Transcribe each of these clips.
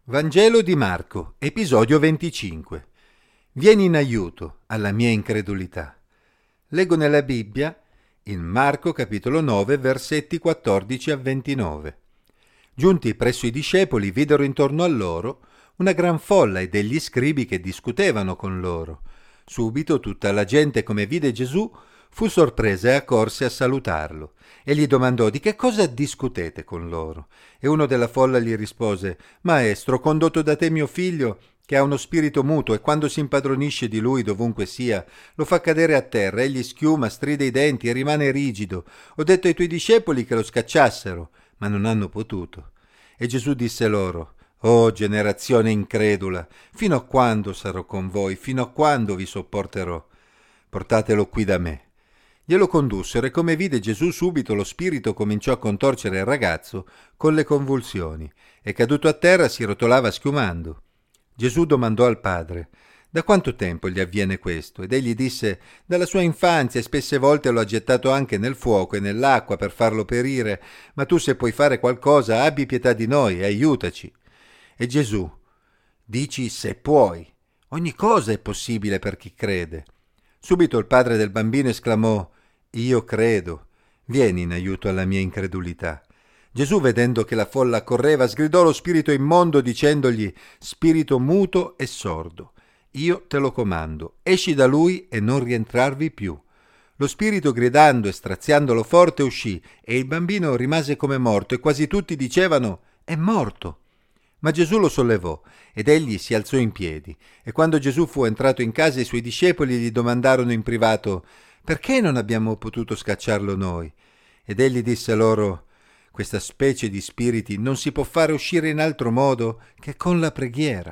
Vangelo di Marco, episodio 25. Vieni in aiuto alla mia incredulità. Leggo nella Bibbia in Marco capitolo 9 versetti 14 a 29. Giunti presso i discepoli videro intorno a loro una gran folla e degli scribi che discutevano con loro. Subito tutta la gente, come vide Gesù, fu sorpresa e accorse a salutarlo. E gli domandò: di che cosa discutete con loro? E uno della folla gli rispose: Maestro, ho condotto da te mio figlio, che ha uno spirito muto, e quando si impadronisce di lui dovunque sia, lo fa cadere a terra, egli schiuma, stride i denti e rimane rigido. Ho detto ai tuoi discepoli che lo scacciassero, ma non hanno potuto. E Gesù disse loro: Oh generazione incredula, fino a quando sarò con voi? Fino a quando vi sopporterò? Portatelo qui da me. Glielo condussero e come vide Gesù subito lo spirito cominciò a contorcere il ragazzo con le convulsioni e caduto a terra si rotolava schiumando. Gesù domandò al padre: da quanto tempo gli avviene questo? Ed egli disse: dalla sua infanzia, e spesse volte lo ha gettato anche nel fuoco e nell'acqua per farlo perire, ma tu, se puoi fare qualcosa, abbi pietà di noi e aiutaci. E Gesù: dici se puoi? Ogni cosa è possibile per chi crede. Subito il padre del bambino esclamò: io credo, vieni in aiuto alla mia incredulità. Gesù, vedendo che la folla correva, sgridò lo spirito immondo dicendogli: spirito muto e sordo, io te lo comando, esci da lui e non rientrarvi più. Lo spirito, gridando e straziandolo forte, uscì, e il bambino rimase come morto, e quasi tutti dicevano: è morto. Ma Gesù lo sollevò, ed egli si alzò in piedi. E quando Gesù fu entrato in casa, i suoi discepoli gli domandarono in privato: perché non abbiamo potuto scacciarlo noi? Ed egli disse loro: questa specie di spiriti non si può fare uscire in altro modo che con la preghiera.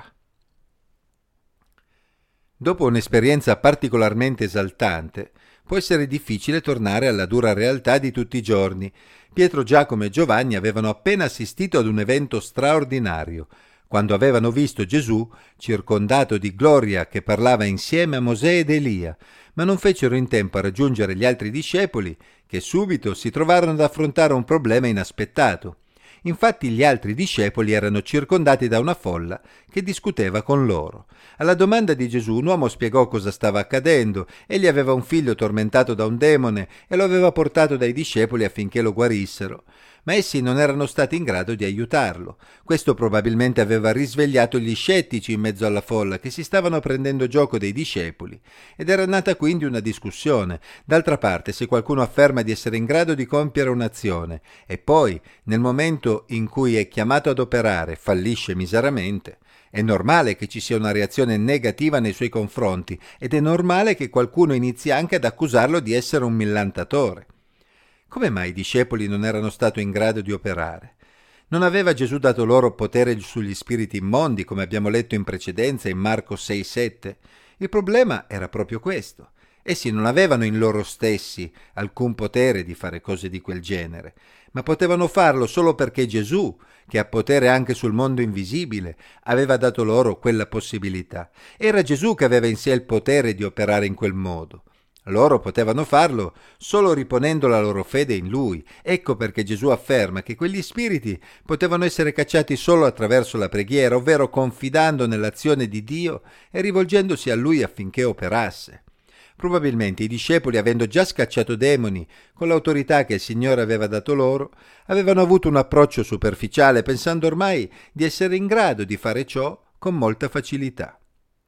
Dopo un'esperienza particolarmente esaltante, può essere difficile tornare alla dura realtà di tutti i giorni. Pietro, Giacomo e Giovanni avevano appena assistito ad un evento straordinario, quando avevano visto Gesù circondato di gloria che parlava insieme a Mosè ed Elia, ma non fecero in tempo a raggiungere gli altri discepoli, che subito si trovarono ad affrontare un problema inaspettato. Infatti gli altri discepoli erano circondati da una folla che discuteva con loro. Alla domanda di Gesù un uomo spiegò cosa stava accadendo. Egli aveva un figlio tormentato da un demone e lo aveva portato dai discepoli affinché lo guarissero, ma essi non erano stati in grado di aiutarlo. Questo probabilmente aveva risvegliato gli scettici in mezzo alla folla che si stavano prendendo gioco dei discepoli, ed era nata quindi una discussione. D'altra parte, se qualcuno afferma di essere in grado di compiere un'azione e poi, nel momento in cui è chiamato ad operare, fallisce miseramente, è normale che ci sia una reazione negativa nei suoi confronti, ed è normale che qualcuno inizi anche ad accusarlo di essere un millantatore. Come mai i discepoli non erano stati in grado di operare? Non aveva Gesù dato loro potere sugli spiriti immondi, come abbiamo letto in precedenza in Marco 6,7? Il problema era proprio questo. Essi non avevano in loro stessi alcun potere di fare cose di quel genere, ma potevano farlo solo perché Gesù, che ha potere anche sul mondo invisibile, aveva dato loro quella possibilità. Era Gesù che aveva in sé il potere di operare in quel modo. Loro potevano farlo solo riponendo la loro fede in Lui. Ecco perché Gesù afferma che quegli spiriti potevano essere cacciati solo attraverso la preghiera, ovvero confidando nell'azione di Dio e rivolgendosi a Lui affinché operasse. Probabilmente i discepoli, avendo già scacciato demoni con l'autorità che il Signore aveva dato loro, avevano avuto un approccio superficiale, pensando ormai di essere in grado di fare ciò con molta facilità.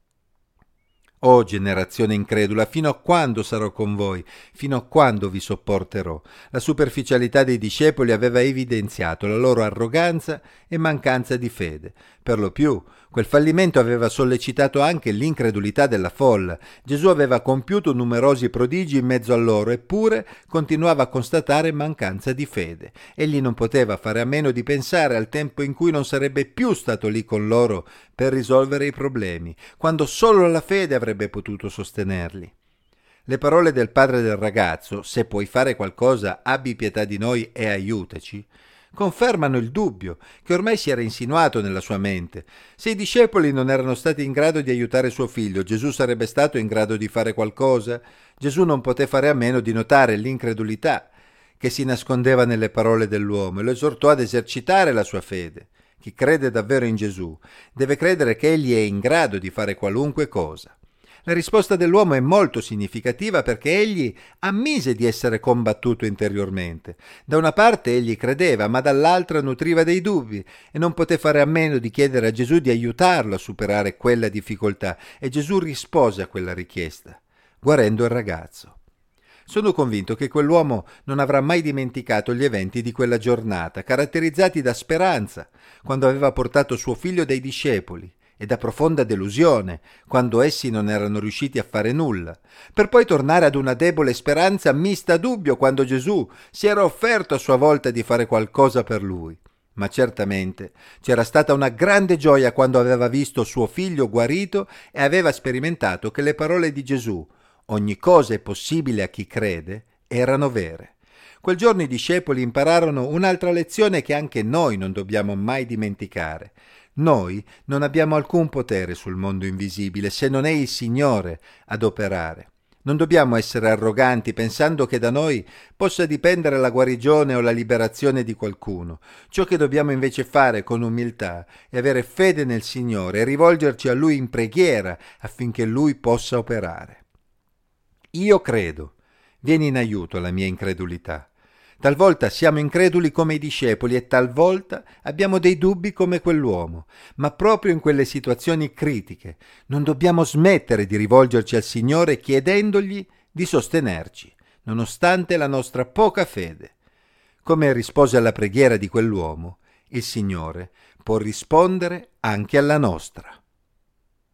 Oh generazione incredula, fino a quando sarò con voi? Fino a quando vi sopporterò? La superficialità dei discepoli aveva evidenziato la loro arroganza e mancanza di fede. Per lo più, quel fallimento aveva sollecitato anche l'incredulità della folla. Gesù aveva compiuto numerosi prodigi in mezzo a loro, eppure continuava a constatare mancanza di fede. Egli non poteva fare a meno di pensare al tempo in cui non sarebbe più stato lì con loro per risolvere i problemi, quando solo la fede avrebbe potuto sostenerli. Le parole del padre del ragazzo, se puoi fare qualcosa, abbi pietà di noi e aiutaci, confermano il dubbio che ormai si era insinuato nella sua mente. Se i discepoli non erano stati in grado di aiutare suo figlio, Gesù sarebbe stato in grado di fare qualcosa? Gesù non poté fare a meno di notare l'incredulità che si nascondeva nelle parole dell'uomo e lo esortò ad esercitare la sua fede. Chi crede davvero in Gesù deve credere che egli è in grado di fare qualunque cosa. La risposta dell'uomo è molto significativa perché egli ammise di essere combattuto interiormente. Da una parte egli credeva, ma dall'altra nutriva dei dubbi e non poté fare a meno di chiedere a Gesù di aiutarlo a superare quella difficoltà, e Gesù rispose a quella richiesta, guarendo il ragazzo. Sono convinto che quell'uomo non avrà mai dimenticato gli eventi di quella giornata, caratterizzati da speranza, quando aveva portato suo figlio dai discepoli, e da profonda delusione, quando essi non erano riusciti a fare nulla, per poi tornare ad una debole speranza mista a dubbio quando Gesù si era offerto a sua volta di fare qualcosa per lui. Ma certamente c'era stata una grande gioia quando aveva visto suo figlio guarito e aveva sperimentato che le parole di Gesù, ogni cosa è possibile a chi crede, erano vere. Quel giorno i discepoli impararono un'altra lezione che anche noi non dobbiamo mai dimenticare. Noi non abbiamo alcun potere sul mondo invisibile se non è il Signore ad operare. Non dobbiamo essere arroganti pensando che da noi possa dipendere la guarigione o la liberazione di qualcuno. Ciò che dobbiamo invece fare con umiltà è avere fede nel Signore e rivolgerci a Lui in preghiera affinché Lui possa operare. Io credo, vieni in aiuto alla mia incredulità. Talvolta siamo increduli come i discepoli e talvolta abbiamo dei dubbi come quell'uomo, ma proprio in quelle situazioni critiche non dobbiamo smettere di rivolgerci al Signore chiedendogli di sostenerci, nonostante la nostra poca fede. Come rispose alla preghiera di quell'uomo, il Signore può rispondere anche alla nostra.